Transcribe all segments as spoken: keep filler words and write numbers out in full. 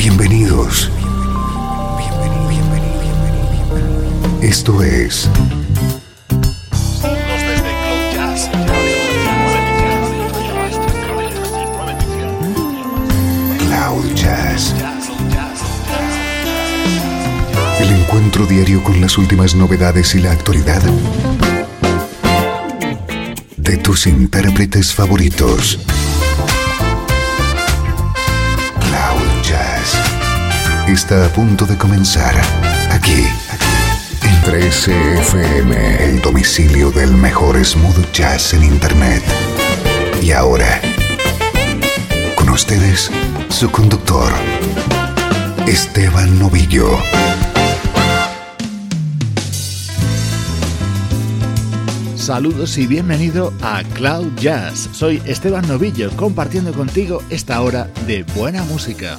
Bienvenidos. Esto es Cloud Jazz. El encuentro diario con las últimas novedades y la actualidad de tus intérpretes favoritos. Cloud Jazz está a punto de comenzar aquí, en trece F M, el domicilio del mejor smooth jazz en internet. Y ahora, con ustedes, su conductor, Esteban Novillo. Saludos y bienvenido a Cloud Jazz. Soy Esteban Novillo, compartiendo contigo esta hora de buena música.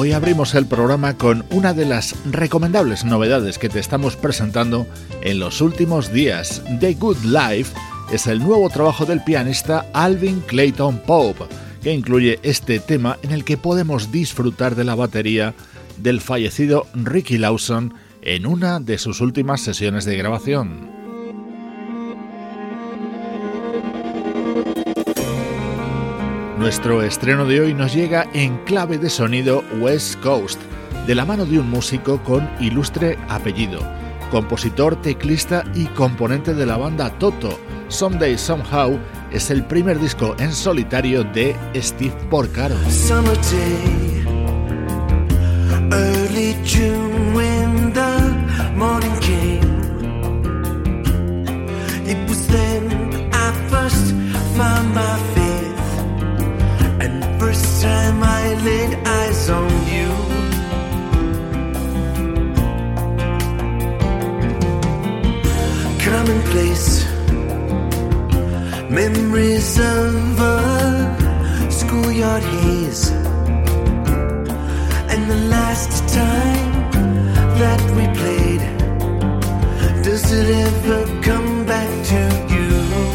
Hoy abrimos el programa con una de las recomendables novedades que te estamos presentando en los últimos días. The Good Life es el nuevo trabajo del pianista Alvin Clayton Pope, que incluye este tema en el que podemos disfrutar de la batería del fallecido Ricky Lawson en una de sus últimas sesiones de grabación. Nuestro estreno de hoy nos llega en clave de sonido West Coast, de la mano de un músico con ilustre apellido, compositor, teclista y componente de la banda Toto. Someday Somehow es el primer disco en solitario de Steve Porcaro. Summerday, early June when the morning came. It was then I first found my faith, and first time I laid eyes on you. Commonplace memories of a schoolyard haze, and the last time that we played. Does it ever come back to you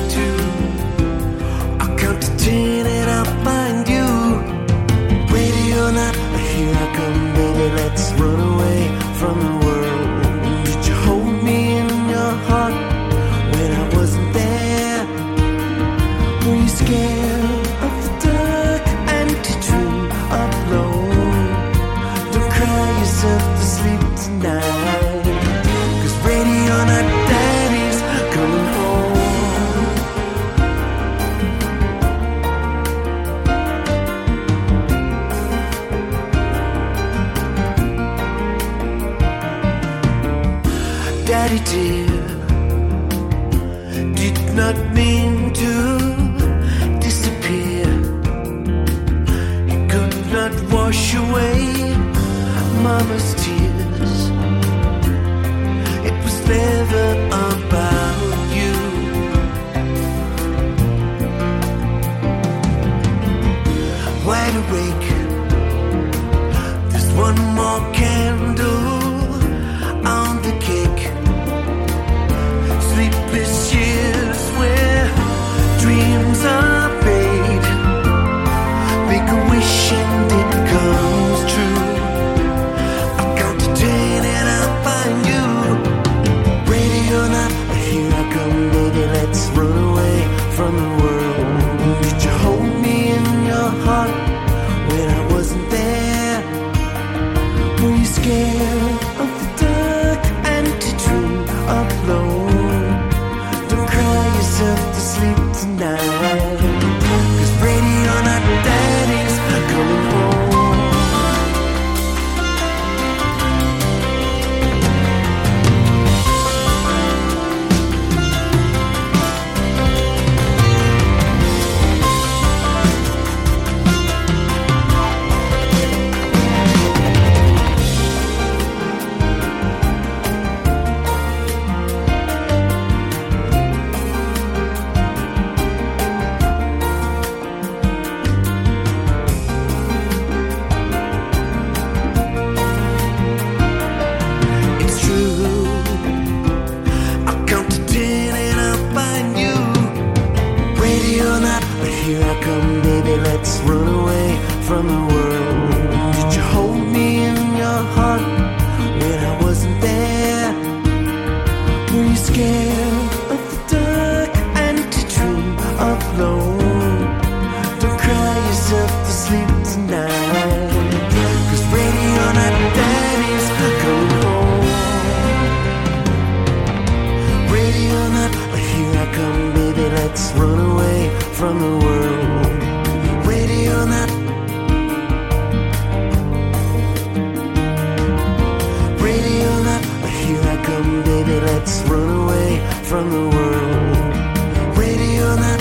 too? I'll count to ten and I'll find you. Ready or not, here I come, baby, let's run away from the world. Did you hold me in your heart when I wasn't there? Were you scared of the dark and too true alone? Don't cry yourself to sleep tonight, 'cause ready or not, daddy's coming home. Daddy dear, did not mean to disappear. He could not wash away Mama's tears. It was never about you. Wide awake, there's one more candle on the cake. Sleepless years where dreams are made. Make a wish and it comes true. I'll count to ten and I'll find you. Ready or not, here I come, baby, let's run away from the world. Did you hold me in your heart when I wasn't there? Were you scared of the dark and too true alone? Don't cry yourself to sleep tonight, 'cause ready or not, daddy's coming home. It's true. I'll count to ten and I'll find you. Ready or not, here I come, baby, let's run away from the world. Did you hold me in your heart when I wasn't there? Were you scared of the dark and too true alone? Don't cry yourself to sleep tonight, 'cause ready or not, daddy's coming home. Ready or not, here I come, baby, let's run away from the world. Ready or not, ready or not, here I come, baby, let's run away from the world. Ready or not.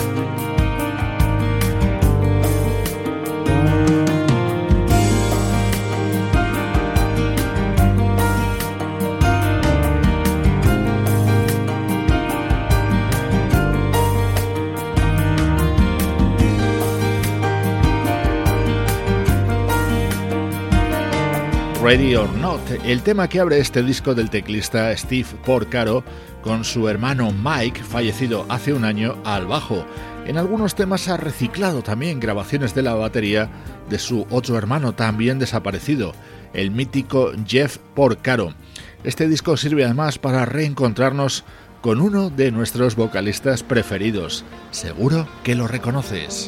Ready or Not, el tema que abre este disco del teclista Steve Porcaro con su hermano Mike, fallecido hace un año, al bajo. En algunos temas ha reciclado también grabaciones de la batería de su otro hermano también desaparecido, el mítico Jeff Porcaro. Este disco sirve además para reencontrarnos con uno de nuestros vocalistas preferidos. Seguro que lo reconoces.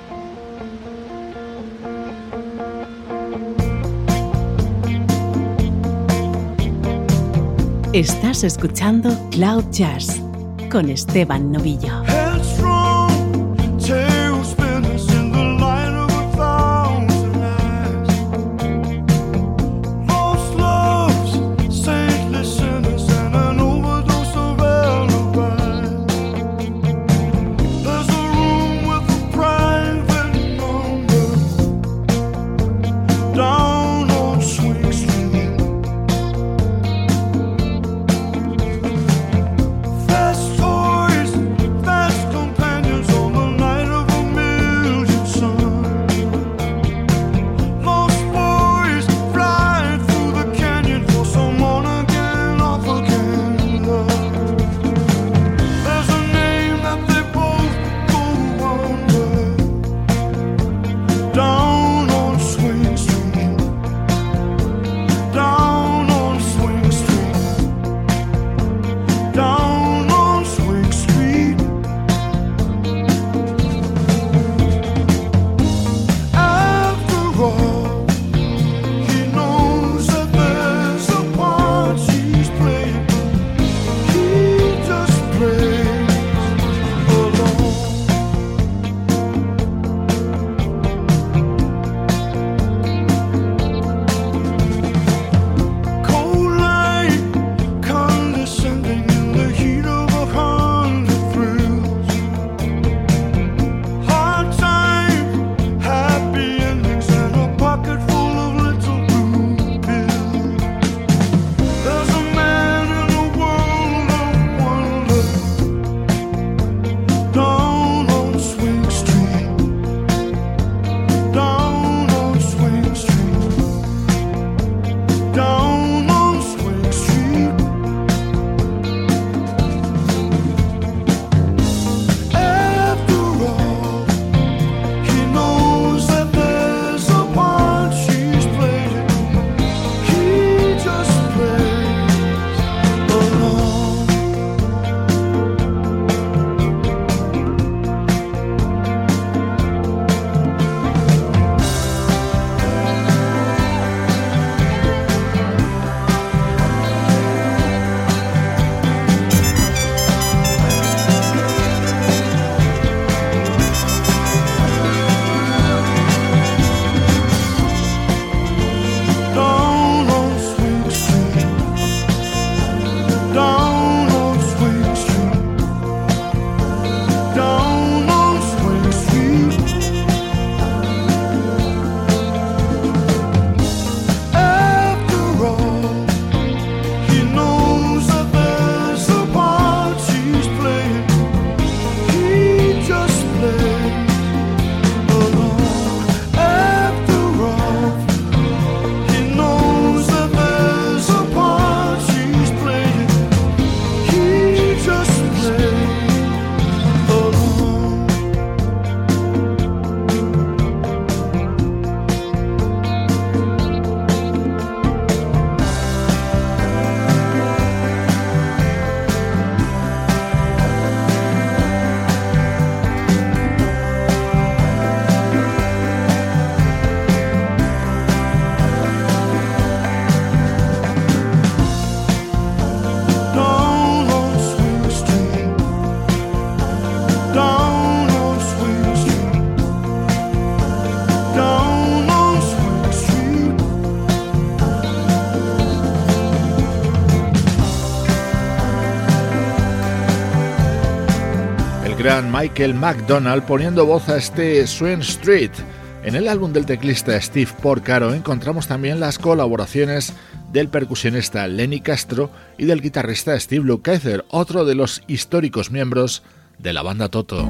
Estás escuchando Cloud Jazz con Esteban Novillo. gran Michael McDonald poniendo voz a este Swing Street. En el álbum del teclista Steve Porcaro encontramos también las colaboraciones del percusionista Lenny Castro y del guitarrista Steve Lukather, otro de los históricos miembros de la banda Toto.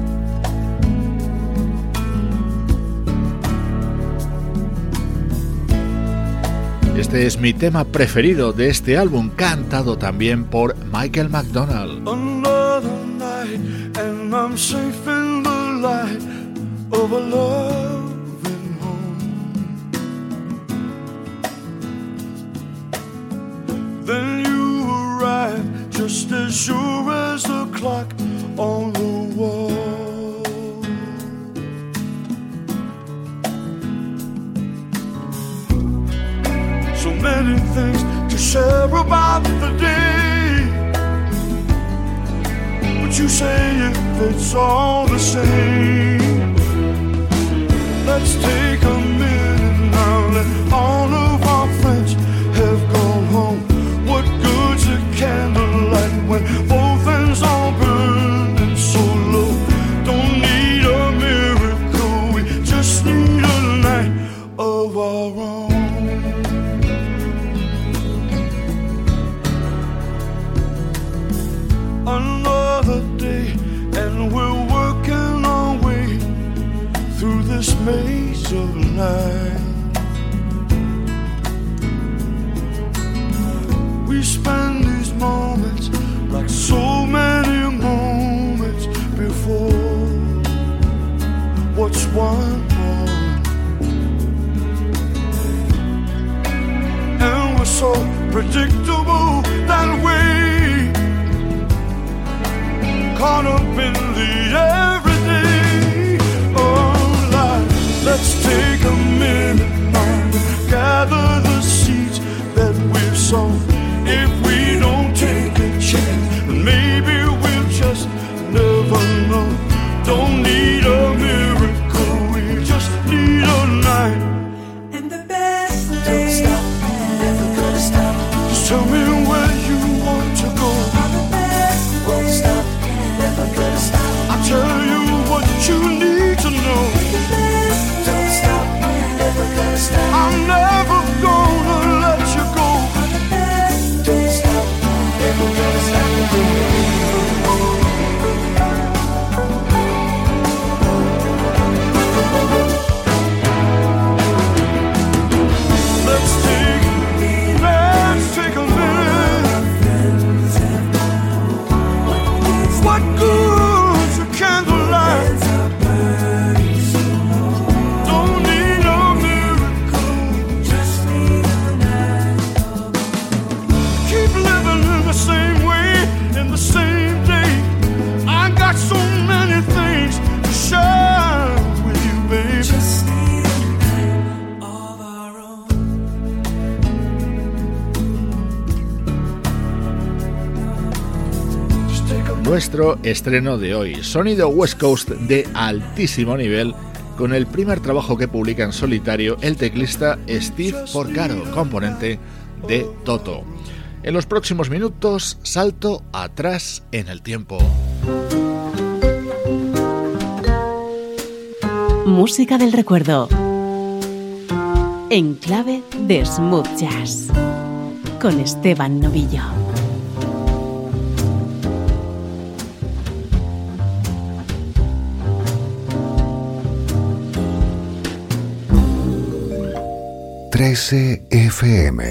Este es mi tema preferido de este álbum, cantado también por Michael McDonald. Another night, and I'm safe in the light of a loving home. Then you arrive, just as sure as the clock on the wall. So many things to share about the day, but you say if it's all the same, let's take a minute now. Let all of our friends have gone home. What good's a candlelight when both ends are burning so low? Don't need a miracle, we just need a night of our own. Another day, and we're working our way through this maze of life. We spend these moments like so many moments before. What's one more? And we're so predictable that way, caught up in the everyday of life. Let's take a minute now, gather the seeds that we've sown. If we don't take a chance, then maybe we'll just never know. Don't need a miracle, we just need a night. And the best thing, don't stop, never gonna stop. Just tell me where you want to go. I'm the best, won't stop, never gonna stop. I'll tell you what you need to know. The best, don't stop, never gonna stop. I'm never gonna let you go. I'm the best, don't stop, never gonna stop. Let's take, let's take a minute. What good's a candlelight? Don't need a miracle, Just need a night. keep living in the same way, in the same day. I got so many things to share with you, baby. Just need a night of our own. Just take a Nuestro estreno de hoy, sonido West Coast de altísimo nivel, con el primer trabajo que publica en solitario el teclista Steve Porcaro, componente de Toto. En los próximos minutos, salto atrás en el tiempo. Música del recuerdo. En clave de smooth jazz. Con Esteban Novillo. trece F M.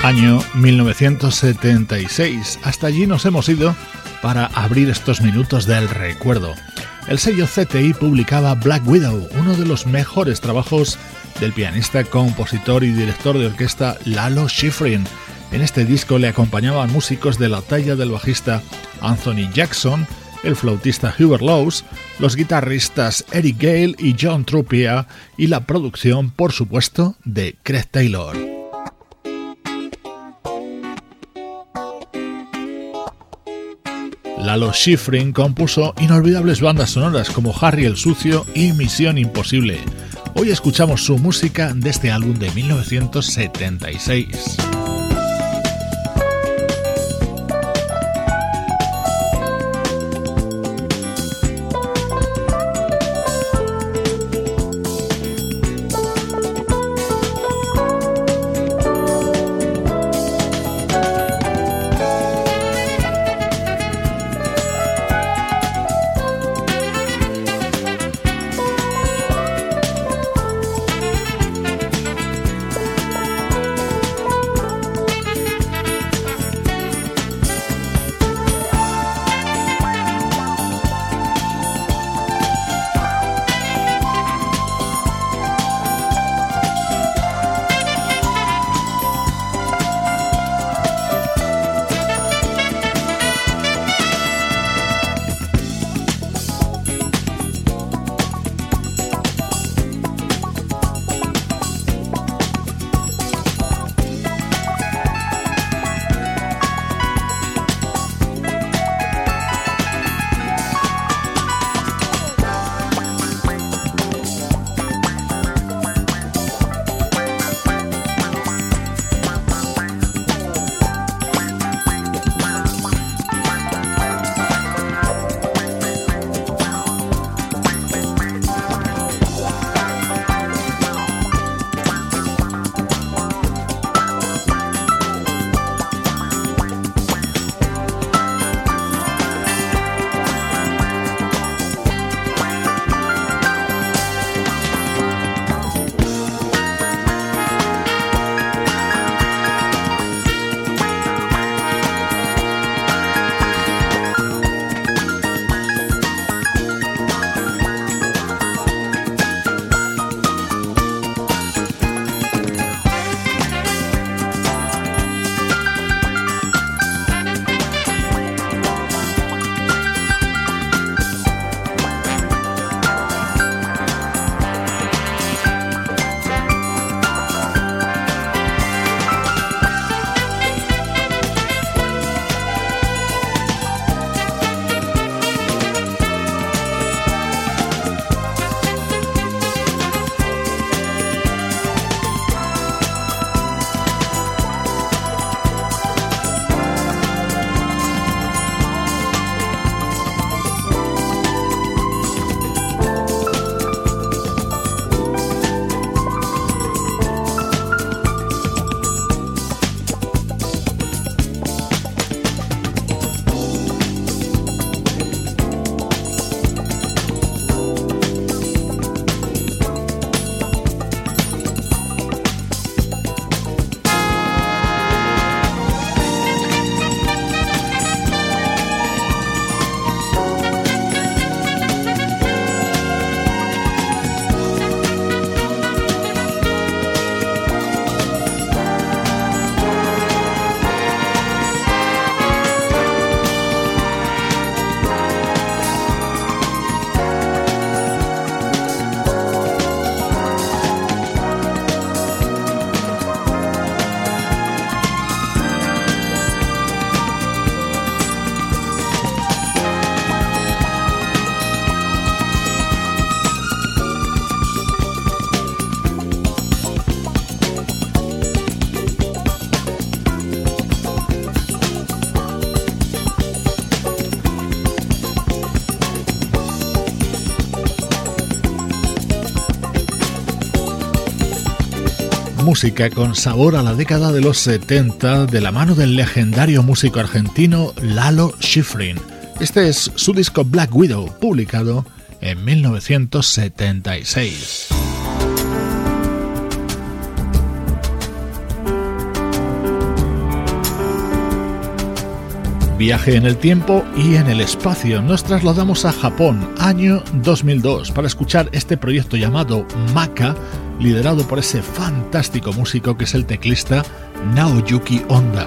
Año mil novecientos setenta y seis. Hasta allí nos hemos ido para abrir estos minutos del recuerdo. El sello C T I publicaba Black Widow, uno de los mejores trabajos del pianista, compositor y director de orquesta Lalo Schifrin. En este disco le acompañaban músicos de la talla del bajista Anthony Jackson, el flautista Hubert Laws, los guitarristas Eric Gale y John Trupia y la producción, por supuesto, de Craig Taylor. Lalo Schifrin compuso inolvidables bandas sonoras como Harry el Sucio y Misión Imposible. Hoy escuchamos su música de este álbum de mil novecientos setenta y seis. música con sabor a la década de los setenta de la mano del legendario músico argentino Lalo Schifrin. Este es su disco Black Widow, publicado en mil novecientos setenta y seis. Viaje en el tiempo y en el espacio. Nos trasladamos a Japón, año dos mil dos, para escuchar este proyecto llamado Maka, liderado por ese fantástico músico que es el teclista Naoyuki Honda.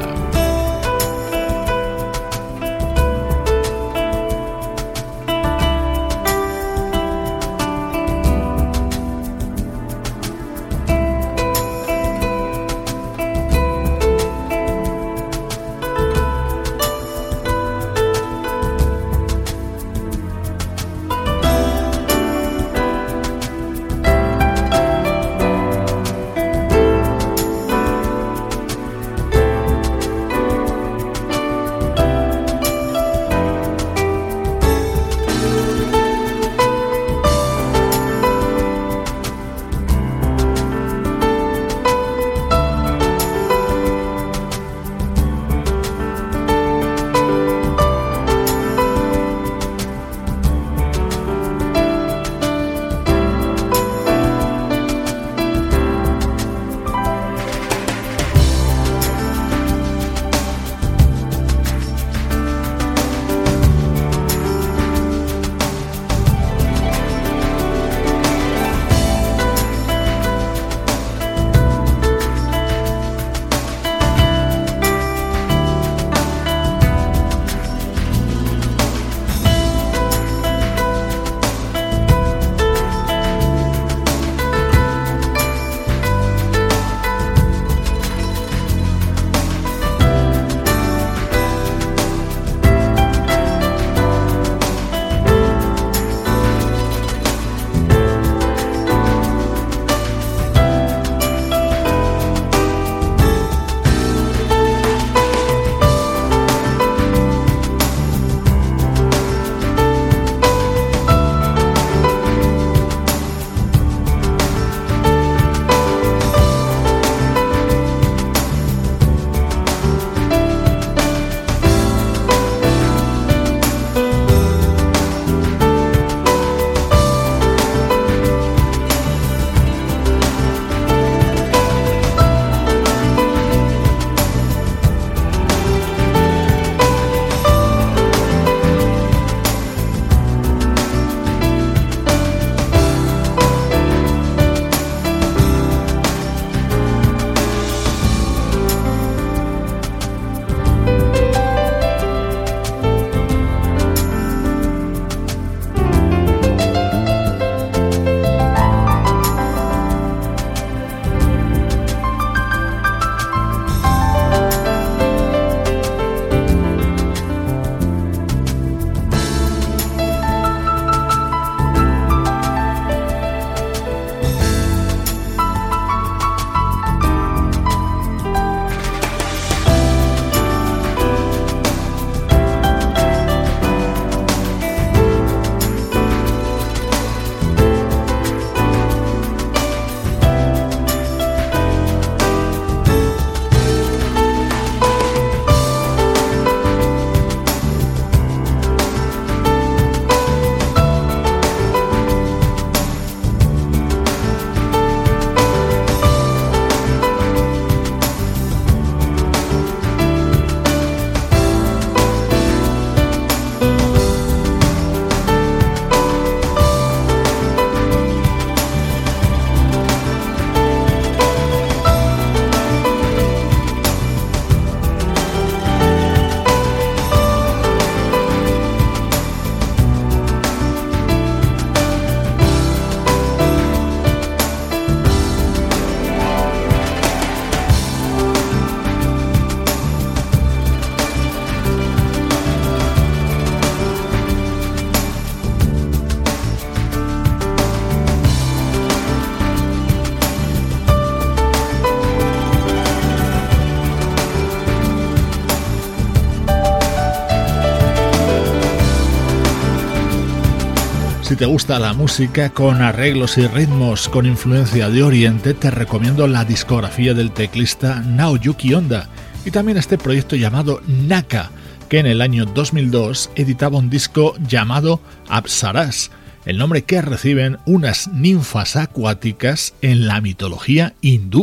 Si te gusta la música con arreglos y ritmos con influencia de Oriente, te recomiendo la discografía del teclista Naoyuki Honda y también este proyecto llamado Naka, que en el año dos mil dos editaba un disco llamado Apsaras, el nombre que reciben unas ninfas acuáticas en la mitología hindú.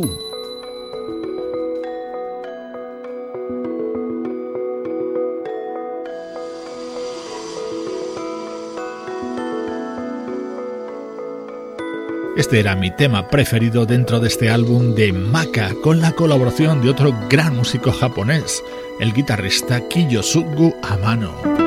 Este era mi tema preferido dentro de este álbum de Maka, con la colaboración de otro gran músico japonés, el guitarrista Kiyosuke Amano.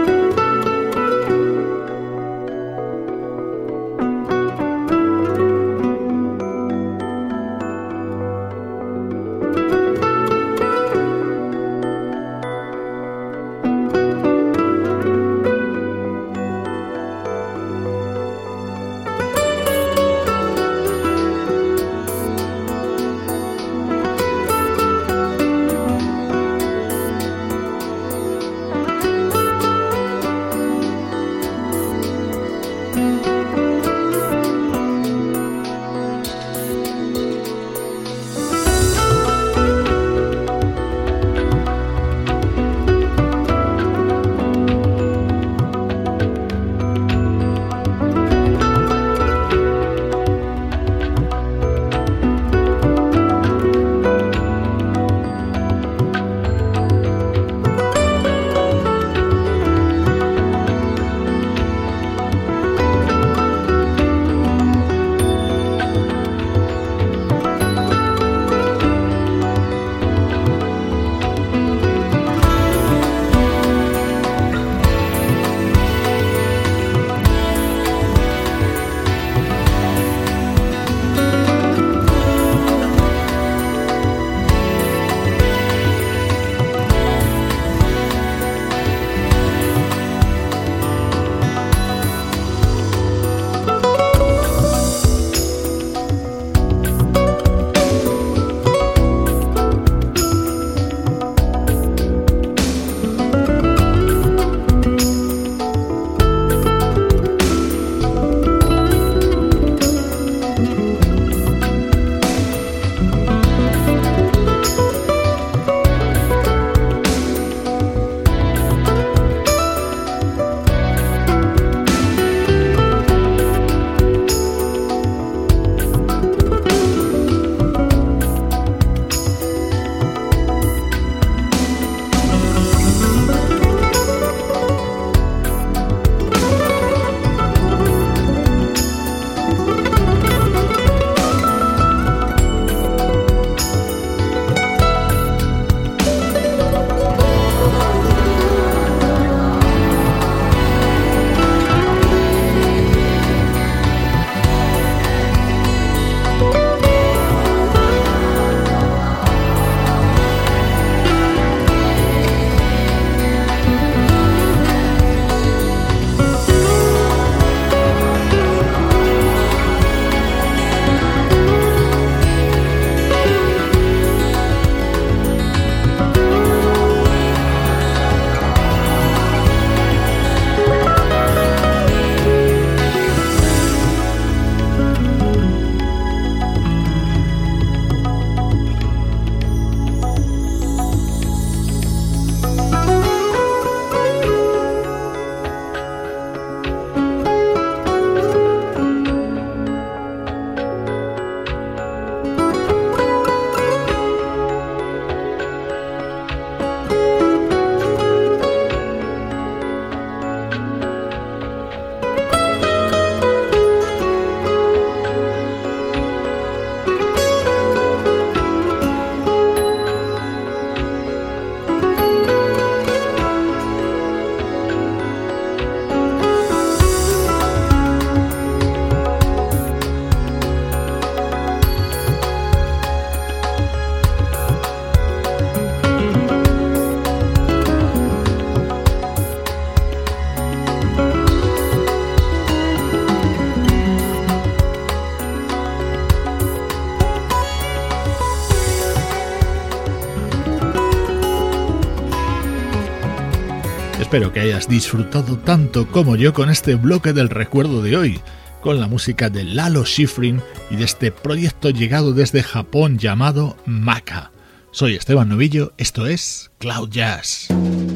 Espero que hayas disfrutado tanto como yo con este bloque del recuerdo de hoy, con la música de Lalo Schifrin y de este proyecto llegado desde Japón llamado Maka. Soy Esteban Novillo, esto es Cloud Jazz.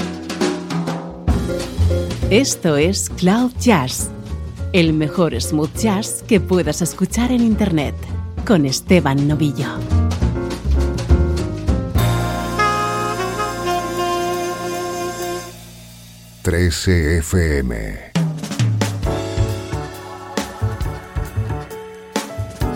Esto es Cloud Jazz, el mejor smooth jazz que puedas escuchar en Internet, con Esteban Novillo. trece F M.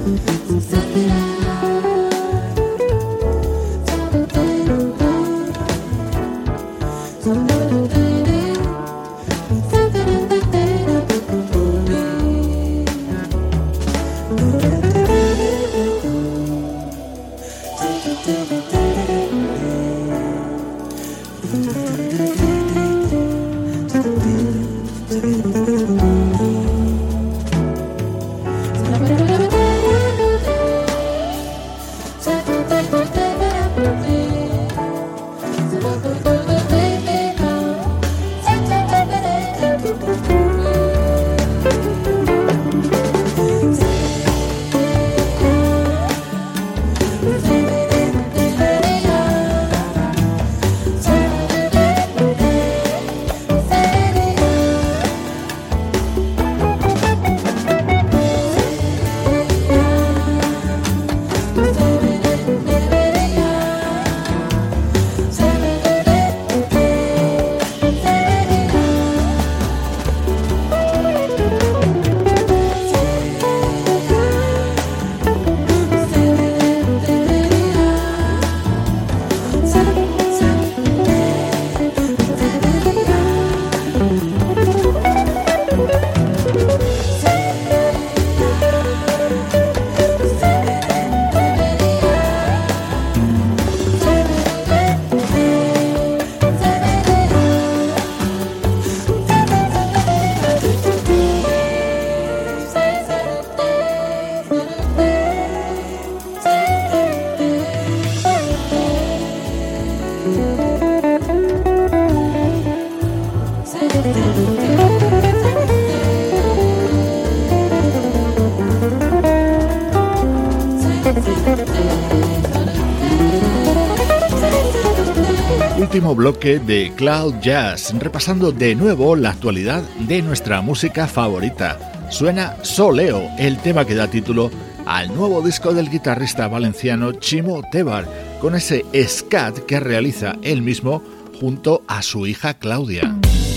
Último bloque de Cloud Jazz, repasando de nuevo la actualidad de nuestra música favorita. Suena Soleo, el tema que da título al nuevo disco del guitarrista valenciano Chimo Tebar, con ese scat que realiza él mismo junto a su hija Claudia.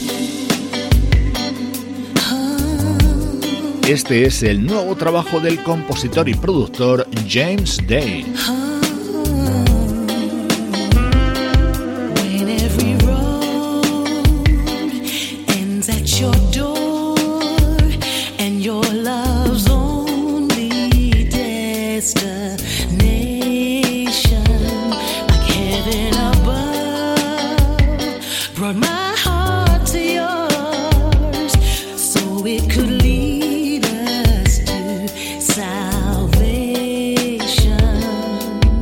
Este es el nuevo trabajo del compositor y productor James Day. Salvation.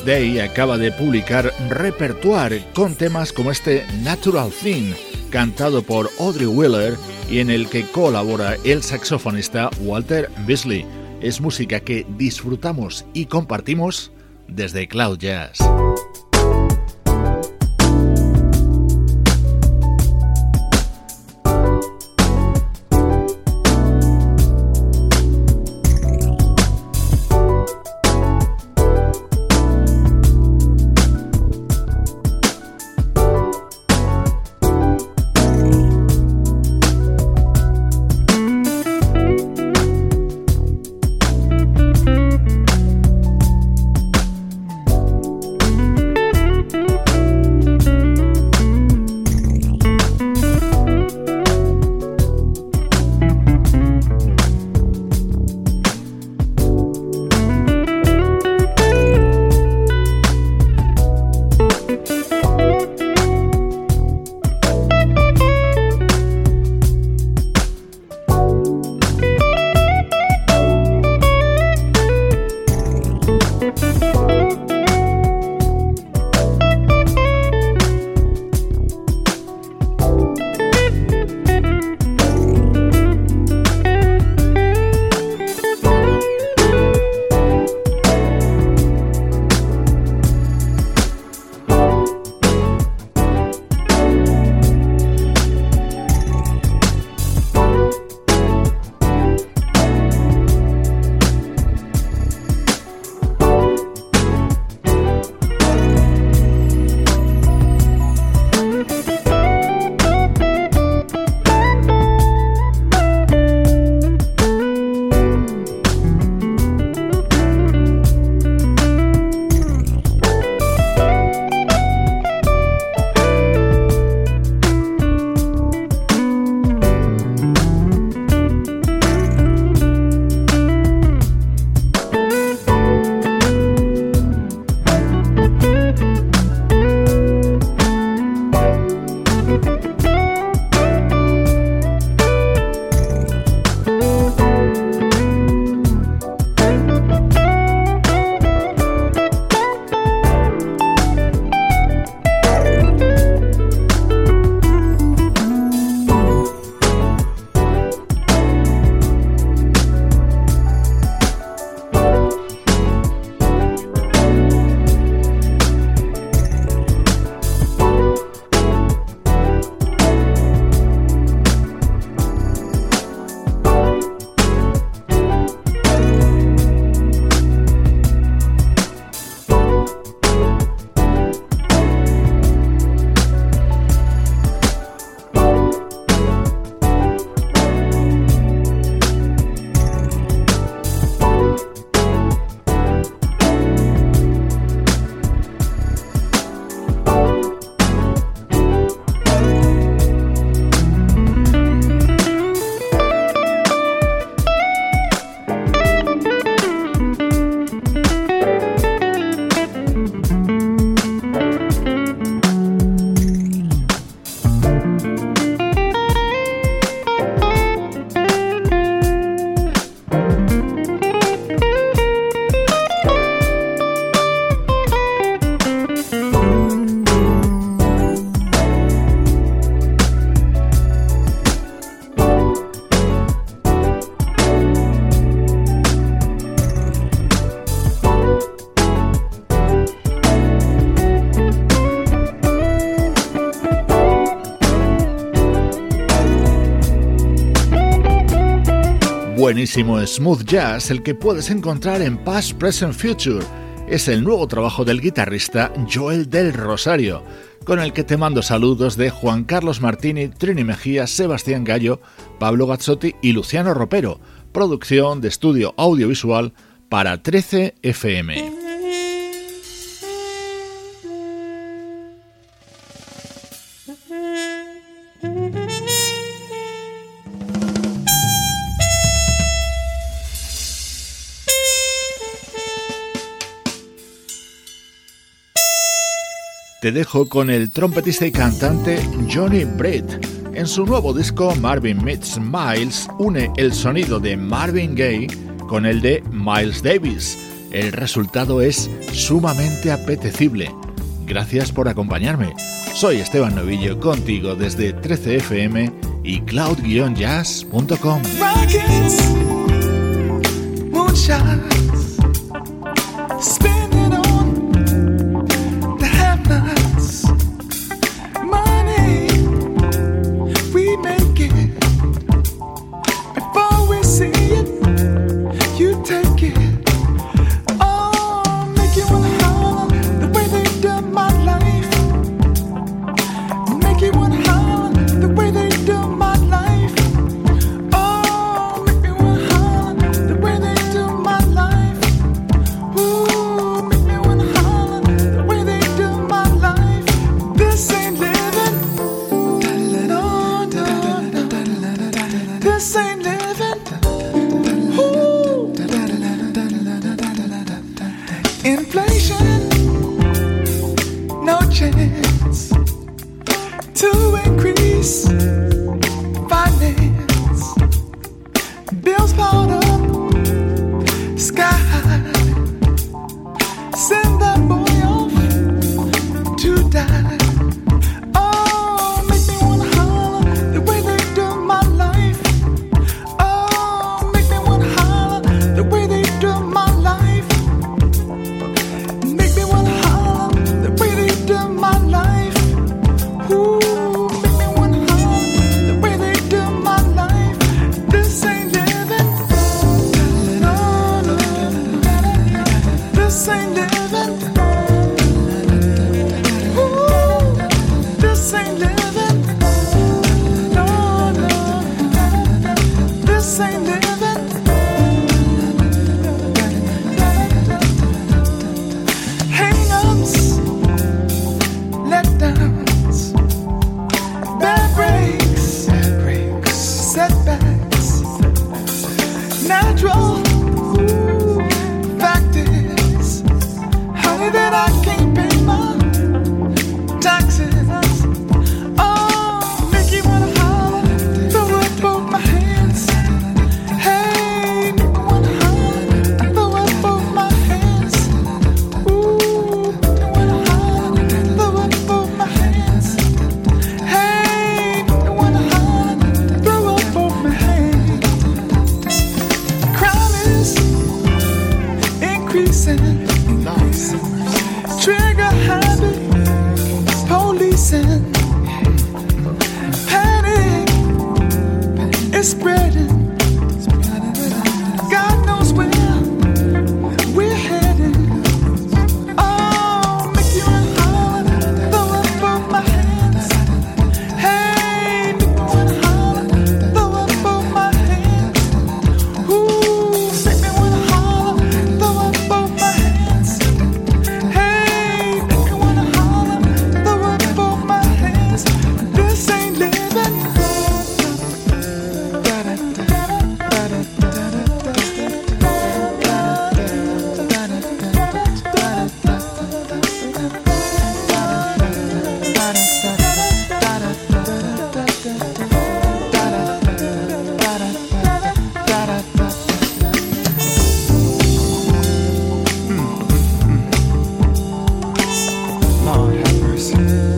Day acaba de publicar Repertoire con temas como este Natural Thing, cantado por Audrey Wheeler y en el que colabora el saxofonista Walter Beasley. Es música que disfrutamos y compartimos desde Cloud Jazz. buenísimo smooth jazz el que puedes encontrar en Past, Present, Future. Es el nuevo trabajo del guitarrista Joel del Rosario, con el que te mando saludos de Juan Carlos Martini, Trini Mejía, Sebastián Gallo, Pablo Gazzotti y Luciano Ropero. Producción de estudio audiovisual para trece F M. Te dejo con el trompetista y cantante Johnny Britt. En su nuevo disco Marvin Meets Miles une el sonido de Marvin Gaye con el de Miles Davis. El resultado es sumamente apetecible. Gracias por acompañarme. Soy Esteban Novillo, contigo desde trece F M y cloud guion jazz punto com. Rockets, moonshots, spinning on the have-nots. Money, we make it. Before we see it, you take it. Oh, make you wanna holler the way they do my life. Make you wanna holler the way they do my life. Oh, make me wanna holler the way they do my life. Ooh, make me wanna holler the way they do my life. This ain't living. No, no, no. This ain't living. Ooh. Inflation, no chance to increase finance. Bills piled up, sky high. Send that boy off to die. Oh, make me wanna holler the way they do my life. Oh, make me wanna holler the way they do my life. Make me wanna holler the way they do my life. Ooh, make me wanna holler the way they do my life. This ain't living. No, no. This ain't living. Ooh, this ain't living. No, no. This ain't living. Hang-ups, letdowns, bad breaks, setbacks, natural fact is, honey, that I can't pay my taxes. Oh, make you wanna holler, throw up both my hands. Hey, make me wanna holler, throw up both my hands. Ooh, make me wanna holler, throw up both my hands. Hey, make me wanna holler, throw up both my hands. Crime is increasing. Trigger habit, policing. Panic is spreading. God knows where we're heading. Oh, make you wanna holler, throw up both my hands. Hey, make me wanna holler, throw up both my hands. Ooh, make me wanna holler, throw up both my hands. Hey, make me wanna holler, throw up both my hands. This ain't living. Lord have mercy.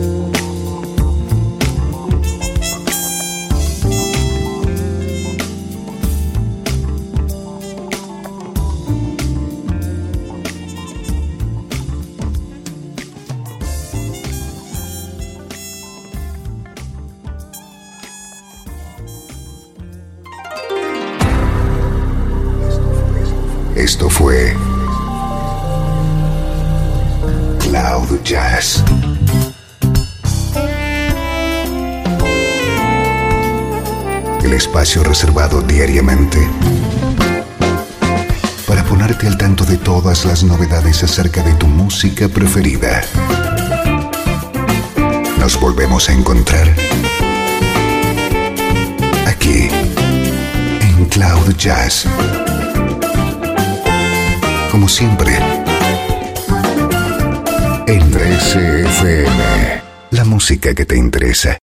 Esto fue Cloud Jazz. El espacio reservado diariamente para ponerte al tanto de todas las novedades acerca de tu música preferida. Nos volvemos a encontrar aquí en Cloud Jazz. Como siempre, en trece F M, la música que te interesa.